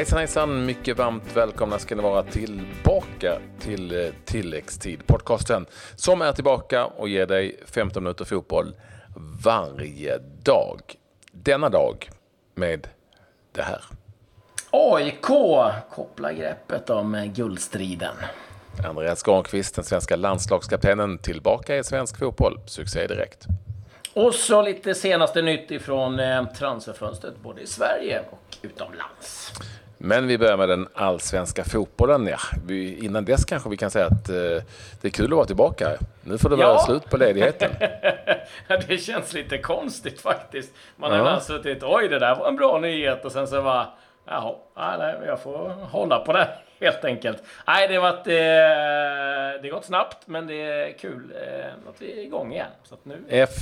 Hejsan hejsan, mycket varmt välkomna ska ni vara tillbaka till tilläggstid. Podcasten som är tillbaka och ger dig 15 minuter fotboll varje dag. Denna dag med det här. AIK kopplar greppet om guldstriden. Andreas Granqvist, den svenska landslagskaptenen, tillbaka i svensk fotboll. Succé direkt. Och så lite senaste nytt ifrån transferfönstret både i Sverige och utomlands. Men vi börjar med den allsvenska fotbollen. Ja, innan dess kanske vi kan säga att det är kul att vara tillbaka. Nu får det vara slut på ledigheten. Det känns lite konstigt faktiskt. Man har ibland suttit, oj det där var en bra nyhet och sen så var nej, jag får hålla på det helt enkelt. Nej, det gått snabbt, men det är kul att vi är igång igen. Så att nu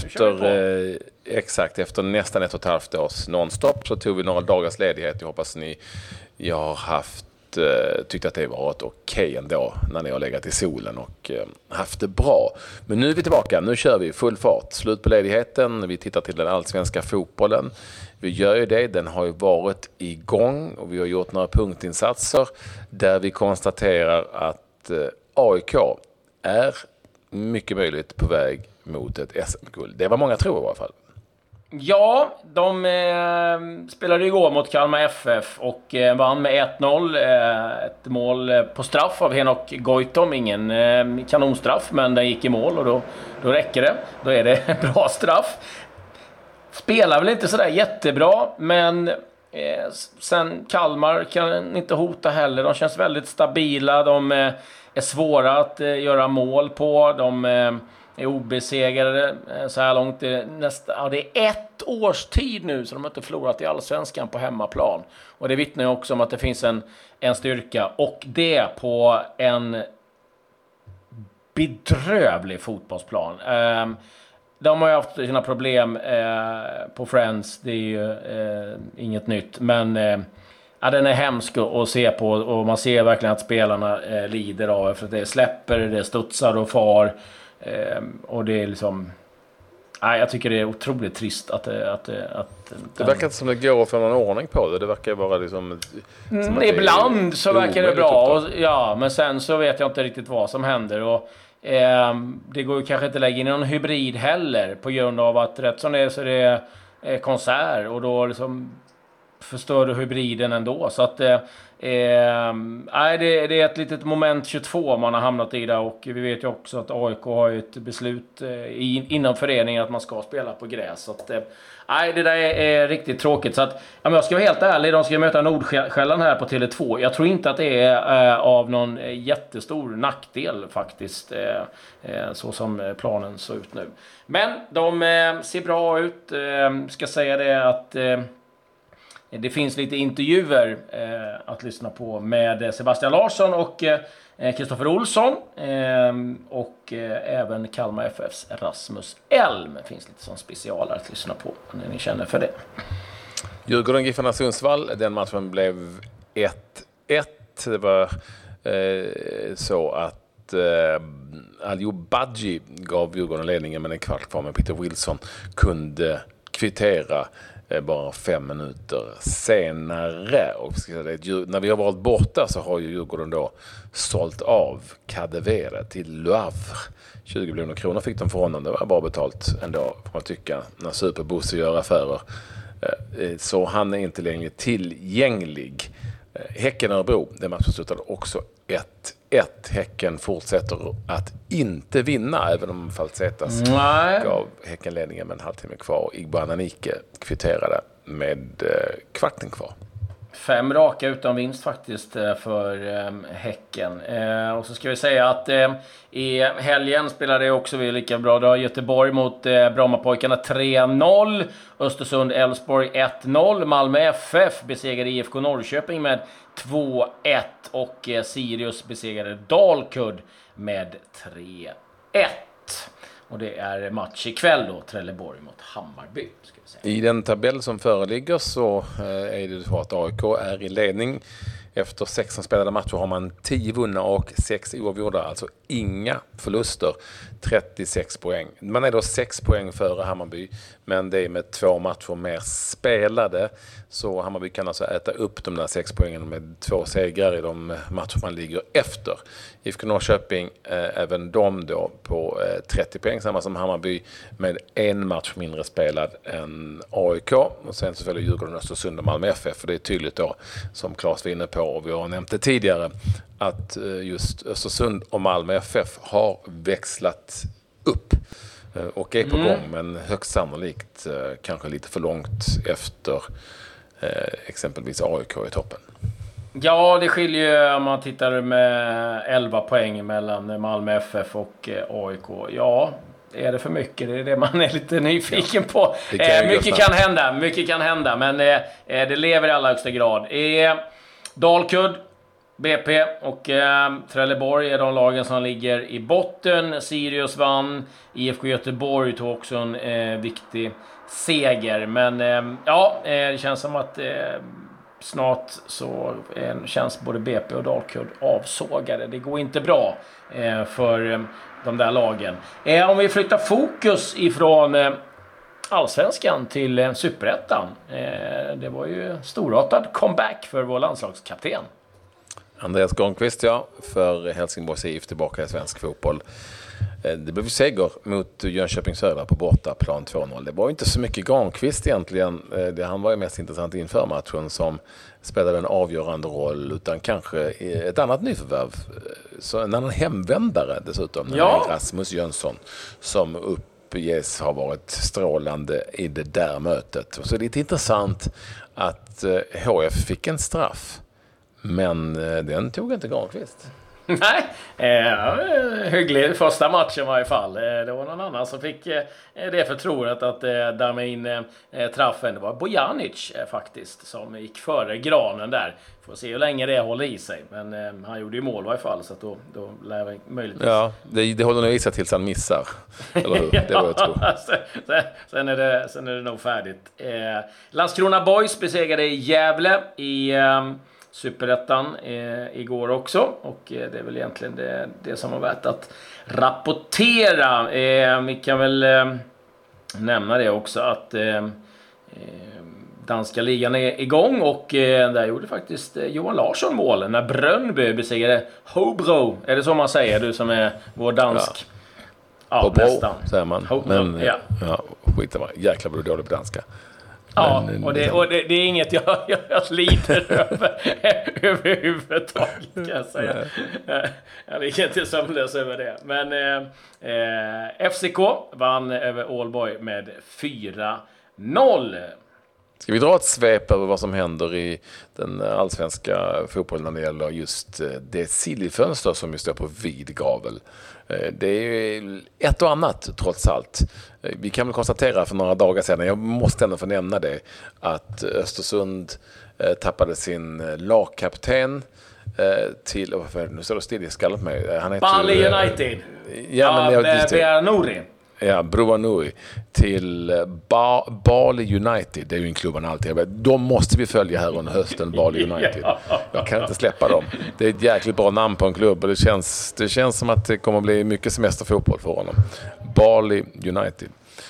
efter nästan 1,5 års nonstop så tog vi några dagars ledighet. Jag hoppas jag har tyckt att det har varit okej ändå när ni har legat i solen och haft det bra. Men nu är vi tillbaka, nu kör vi full fart. Slut på ledigheten, vi tittar till den allsvenska fotbollen. Vi gör ju det, den har ju varit igång och vi har gjort några punktinsatser där vi konstaterar att AIK är mycket möjligt på väg mot ett SM-guld. Det var många tror i alla fall. Ja, de spelade igår mot Kalmar FF och vann med 1-0. Ett mål på straff av Henok Goitom. Ingen kanonstraff, men den gick i mål och då räcker det. Då är det en bra straff. Spelar väl inte sådär jättebra, men sen Kalmar kan inte hota heller. De känns väldigt stabila. De är svåra att göra mål på. De är obesegrade så här långt. Det är 1 års tid nu så de har inte förlorat i allsvenskan på hemmaplan. Och det vittnar ju också om att det finns en styrka. Och det på en bedrövlig fotbollsplan. De har ju haft sina problem på Friends. Det är ju inget nytt. Men den är hemsk att se på. Och man ser verkligen att spelarna lider av. För att det släpper, det studsar och far. Och det är liksom... jag tycker det är otroligt trist att det verkar inte som det går att få någon ordning på det. Det verkar vara liksom... ibland så verkar det bra. Men sen så vet jag inte riktigt vad som händer. Och det går ju kanske inte att lägga in någon hybrid heller. På grund av att rätt som det är så är det konsert. Och då liksom förstör du hybriden ändå. Så att det är ett litet moment 22 man har hamnat i där. Och vi vet ju också att AIK har ju ett beslut inom föreningen att man ska spela på gräs. Så att det där är riktigt tråkigt. Så att jag ska vara helt ärlig, de ska möta Nordsjälland här på Tele2. Jag tror inte att det är av någon jättestor nackdel faktiskt. Så som planen ser ut nu. Men de ser bra ut. Ska säga det att... Det finns lite intervjuer att lyssna på med Sebastian Larsson och Kristoffer Olsson och även Kalmar FFs Rasmus Elm. Det finns lite sån specialare att lyssna på när ni känner för det. Djurgården Giffarna Sundsvall, den matchen blev 1-1. Det var så att Aljo Badji gav Djurgården ledningen, men en kvart kvar med Peter Wilson kunde kvittera bara 5 minuter senare. Och när vi har varit borta så har ju Djurgården då sålt av Kadewere till Le Havre. 20 miljoner kronor fick de för honom. Det var bara betalt ändå, får man tycka, när Superbosse gör affärer. Så han är inte längre tillgänglig. Häcken Örebro, det matchen slutade också 1-1. Häcken fortsätter att inte vinna, även om Falsetas gav Häcken ledningen med en halvtimme kvar. Igbo Ananike kvitterade med kvarten kvar. 5 raka utan vinst faktiskt för Häcken. Och så ska vi säga att i helgen spelade det också lika bra. Då Göteborg mot Brommapojkarna 3-0. Östersund Elfsborg 1-0. Malmö FF besegrade IFK Norrköping med 2-1. Och Sirius besegrade Dalkurd med 3-1. Och det är match ikväll då, Trelleborg mot Hammarby. Ska vi säga. I den tabell som föreligger så är det så att AIK är i ledning Efter 16 spelade matcher har man 10 vunna och 6 oavgjorda, alltså inga förluster. 36 poäng. Man är då 6 poäng före Hammarby, men det är med 2 matcher mer spelade. Så Hammarby kan alltså äta upp de där 6 poängen med 2 segrar i de matcher man ligger efter. IFK Norrköping, även de då på 30 poäng, samma som Hammarby, med 1 match mindre spelad än AIK. Och sen så följer Djurgården, Östersund och Malmö FF. För det är tydligt då, som Claes var inne på och vi har nämnt det tidigare, att just Östersund och Malmö FF har växlat upp och är på gång, men högst sannolikt kanske lite för långt efter exempelvis AIK i toppen. Ja, det skiljer ju om man tittar med 11 poäng mellan Malmö FF och AIK. Ja, är det för mycket? Det är det man är lite nyfiken på. Mycket kan hända, men det lever i allra högsta grad. Dalkurd, BP och Trelleborg är de lagen som ligger i botten. Sirius vann. IFK Göteborg tog också en viktig seger. Men det känns som att snart så känns både BP och Dalkurd avsågade. Det går inte bra för de där lagen. Om vi flyttar fokus ifrån Allsvenskan till Superettan. Det var ju storartad comeback för vår landslagskapten. Andreas Granqvist, för Helsingborgs IF tillbaka i svensk fotboll. Det blev seger mot Jönköping Södra på bortaplan 2-0. Det var inte så mycket Granqvist egentligen. Han var ju mest intressant inför matchen som spelade en avgörande roll, utan kanske ett annat nyförvärv. Så en annan hemvändare dessutom. Rasmus Jönsson, som uppges ha varit strålande i det där mötet. Så det är lite intressant att HF fick en straff. Men den tog inte Granqvist. Nej, hygglig första matchen i varje fall. Det var någon annan som fick det förtroendet att damma in traffen. Det var Bojanic faktiskt som gick före Granen där. Får se hur länge det håller i sig. Men han gjorde ju mål i varje fall, så att då lär det möjligtvis. Ja, det håller nog i sig tills han missar. Eller hur? Det var jag tror. Sen är det nog färdigt. Landskrona Boys besegrade Gävle i Superettan igår också, och det är väl egentligen det som har värt att rapportera. Vi kan väl nämna det också att danska ligan är igång, och där gjorde faktiskt Johan Larsson mål när Brøndby besegrade Hobro. Är det så man säger, du som är vår dansk? Ja, nästan säger man. Men skit var jäkla blir dålig på danska. Ja, och det är inget jag lider överhuvudtaget, kan jag säga. Jag ligger inte sömnlös över det. Men FCK vann över Ålborg med 4-0. Ska vi dra ett svep över vad som händer i den allsvenska fotbollen när det gäller just det sillfönster som just står på vid gavel? Det är ett och annat trots allt. Vi kan väl konstatera för några dagar sedan, jag måste ändå få nämna det, att Östersund tappade sin lagkapten till, nu står det still i skallen på mig. Han heter Bali United. Nouri. Ja, Broa Nouri till Bali United. Det är ju en klubb han alltid har. De måste vi följa här under hösten, Bali United. Jag kan inte släppa dem. Det är ett jäkligt bra namn på en klubb, och det känns som att det kommer att bli mycket semesterfotboll för honom. Bali United.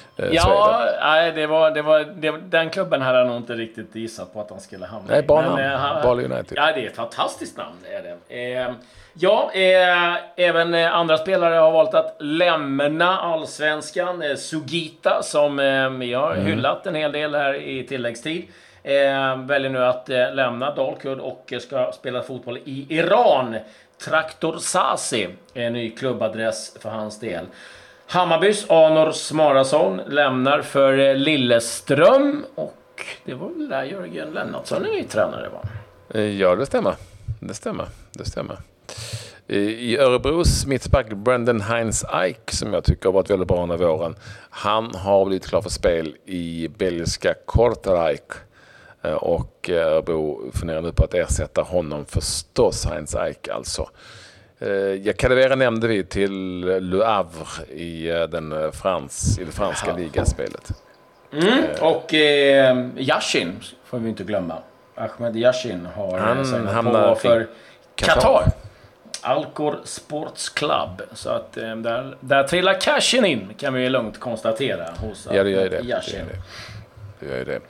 Den klubben hade jag nog inte riktigt gissat på att han skulle hamna i. Bali United. Ja, det är ett fantastiskt namn, är det. Även andra spelare har valt att lämna allsvenskan. Sugita, som vi har hyllat en hel del här i tilläggstid, väljer nu att lämna Dalkurd och ska spela fotboll i Iran. Traktor Sasi är en ny klubbadress för hans del. Hammarbys Arnor Smarason lämnar för Lilleström, och det var väl där Jörgen Lennartsson är tränare, va? Ja, det stämmer. I Örebros mittback Brendan Heinz Eik, som jag tycker har varit väldigt bra under våren, han har blivit klar för spel i belgiska Kortrijk, och Örebro funderar nu på att ersätta honom, förstås Heinz Eik alltså. Kadewere nämnde vi till Le Havre i det franska ligaspelet. Och Yashin får vi inte glömma. Ahmed Yashin har han hamnar på för Qatar. Alcor Sports Club. Så att där trillar cashen in, kan vi lugnt konstatera hos ja, det gör det. Yashin. Det gör det.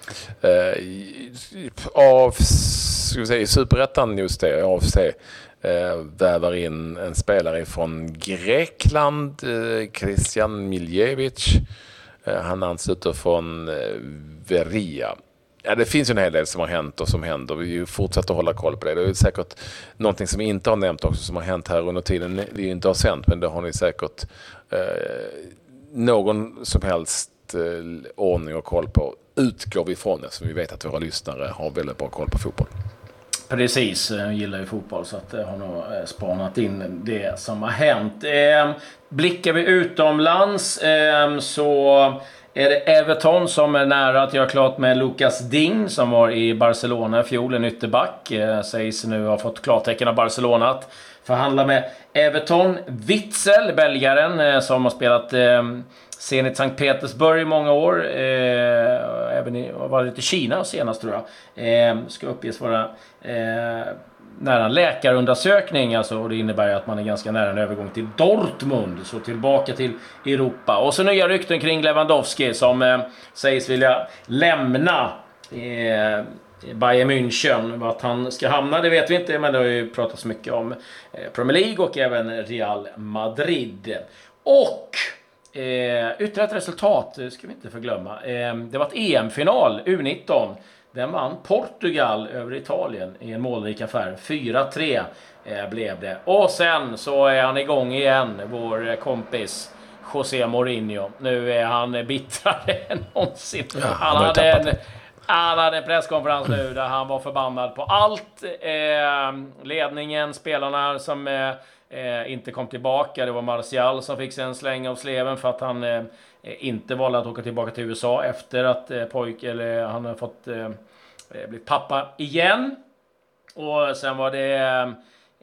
Ska vi säga, i Superettan just det, AFC vävar in en spelare från Grekland, Christian Miljevic. Han ansluter från Veria. Ja, det finns ju en hel del som har hänt och som händer. Vi fortsätter hålla koll på det. Det är säkert någonting som vi inte har nämnt också som har hänt här under tiden. Vi inte har sänt, men det har ni säkert någon som helst ordning och koll på. Utgår vi ifrån det, så vi vet att våra lyssnare har väldigt bra koll på fotboll. Precis, jag gillar ju fotboll så att har nog spanat in det som har hänt. Blickar vi utomlands så är det Everton som är nära att göra klart med Lucas Digne som var i Barcelona i fjol, en ytterback. Sägs nu ha fått klartecken av Barcelona att förhandla med Everton. Witzel, belgaren som har spelat Zenit Sankt Petersburg i många år. Även varit i Kina senast tror jag. Ska uppges vara nära en läkarundersökning. Alltså, och det innebär att man är ganska nära en övergång till Dortmund. Så tillbaka till Europa. Och så nya rykten kring Lewandowski som sägs vilja lämna Bayern München. Vart han ska hamna, det vet vi inte. Men det har ju pratats mycket om Premier League och även Real Madrid. Och ytterligare ett resultat ska vi inte förglömma. Det var ett EM-final, U19. Den vann Portugal över Italien i en målrik affär. 4-3 blev det. Och sen så är han igång igen, vår kompis José Mourinho. Nu är han bittrare än någonsin. Ja, han hade en presskonferens nu där han var förbannad på allt. Ledningen, spelarna som inte kom tillbaka. Det var Martial som fick sig en släng av sleven för att han inte valde att åka tillbaka till USA efter att han har fått blivit pappa igen. Och sen var det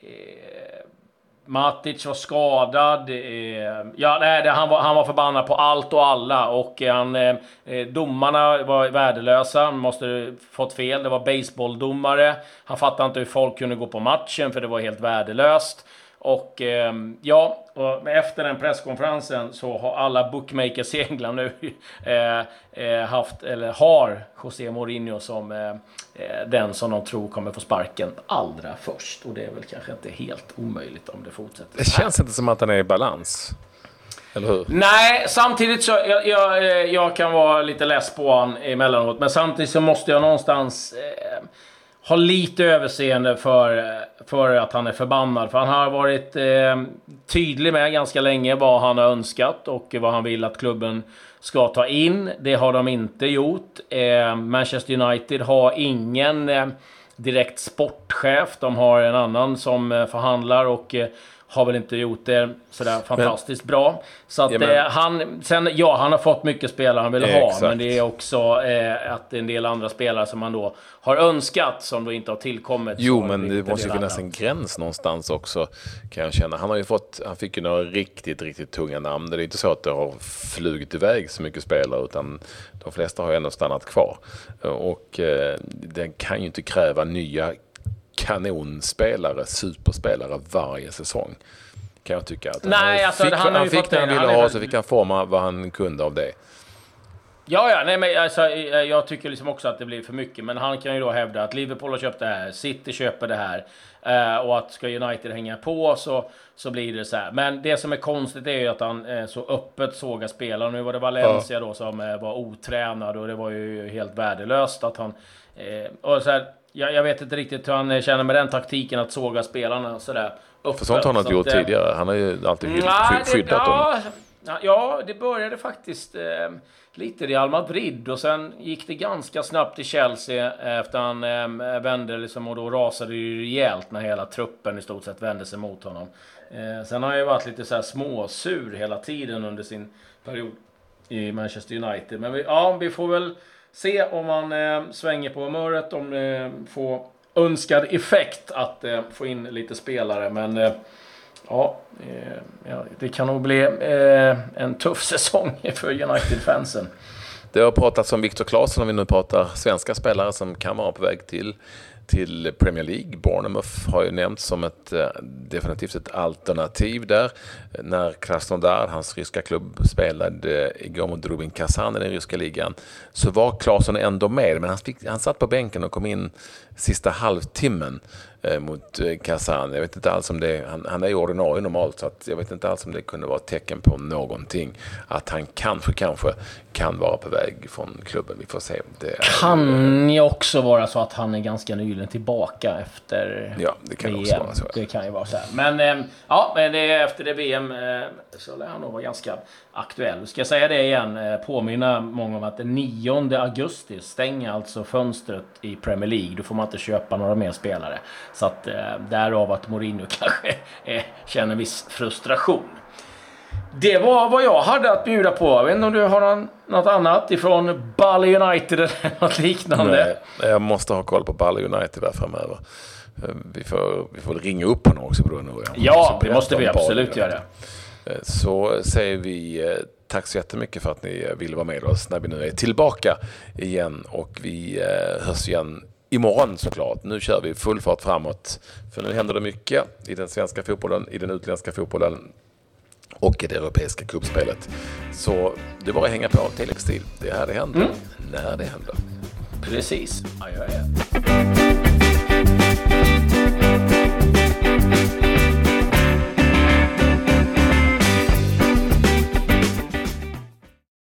Matic var skadad. Han var förbannad på allt och alla. Och domarna var värdelösa. Han måste fått fel. Det var baseballdomare. Han fattade inte hur folk kunde gå på matchen för det var helt värdelöst. Och och efter den presskonferensen så har alla bookmakers i England nu har José Mourinho som den som de tror kommer få sparken allra först. Och det är väl kanske inte helt omöjligt om det fortsätter. Det känns inte som att han är i balans. Eller hur? Nej, samtidigt så jag kan vara lite less på han emellanåt. Men samtidigt så måste jag någonstans ha lite överseende för att han är förbannad. För han har varit tydlig med ganska länge vad han har önskat och vad han vill att klubben ska ta in. Det har de inte gjort. Manchester United har ingen direkt sportchef. De har en annan som förhandlar och har väl inte gjort det sådär fantastiskt bra. Så att han har fått mycket spelare han vill ha. Exakt. Men det är också att en del andra spelare som man då har önskat som då inte har tillkommit. Jo, men det måste ju finnas en gräns någonstans också, kan jag känna. Han fick ju några riktigt, riktigt tunga namn. Det är inte så att det har flugit iväg så mycket spelare, utan de flesta har ju ändå stannat kvar. Och den kan ju inte kräva nya kanonspelare, superspelare varje säsong, kan jag tycka. Att han fick det han ville ha, så fick han forma vad han kunde av det. Jag tycker liksom också att det blir för mycket. Men han kan ju då hävda att Liverpool har köpt det här, City köper det här, och att ska United hänga på så blir det så här. Men det som är konstigt är ju att han så öppet sågar spelare. Nu var det Valencia då som var otränad, och det var ju helt värdelöst att han och så här. Jag vet inte riktigt hur han känner med den taktiken att såga spelarna sådär öppet. För sånt har han inte gjort tidigare. Han har ju alltid skyddat dem. Ja, det började faktiskt lite Real Madrid, och sen gick det ganska snabbt i Chelsea efter han vände liksom, och då rasade det ju rejält när hela truppen i stort sett vände sig mot honom. Sen har han ju varit lite så här småsur hela tiden under sin period i Manchester United. Men vi får väl se om man svänger på humöret, om får önskad effekt att få in lite spelare. Men det kan nog bli en tuff säsong för United-fansen. Det har pratats om Viktor Claesson, om vi nu pratar svenska spelare som kan vara på väg till Premier League. Bournemouth har ju nämnts som definitivt ett alternativ där. När Krasnodar, hans ryska klubb, spelade igår mot Rubin Kazan i den ryska ligan, så var Claesson ändå med, men han satt på bänken och kom in sista halvtimmen mot Kazan. Jag vet inte alls om det, han är ju ordinarie normalt, så att jag vet inte alls om det kunde vara ett tecken på någonting, att han kanske kan vara på väg från klubben. Vi får se. Kan ju också vara så att han är ganska nyligen tillbaka efter det kan VM. Också vara så. Det kan ju vara så här. Men men det är efter det VM så lär han nog vara ganska aktuell. Ska jag säga det igen, påminna många om att den 9 augusti stänger alltså fönstret i Premier League. Då får man inte köpa några mer spelare. Så att därav att Mourinho kanske känner en viss frustration. Det var vad jag hade att bjuda på. Jag vet inte om du har något annat ifrån Bally United eller något liknande. Nej, jag måste ha koll på Bally United där framöver. Vi får ringa upp honom också. Ja, det måste vi absolut göra. Så säger vi tack så jättemycket för att ni vill vara med oss när vi nu är tillbaka igen. Och vi hörs igen imorgon såklart. Nu kör vi full fart framåt. För nu händer det mycket i den svenska fotbollen, i den utländska fotbollen och i det europeiska kuppspelet. Så det är bara att hänga på tilläggstid. Det är här det händer. När det händer. Precis. Ja.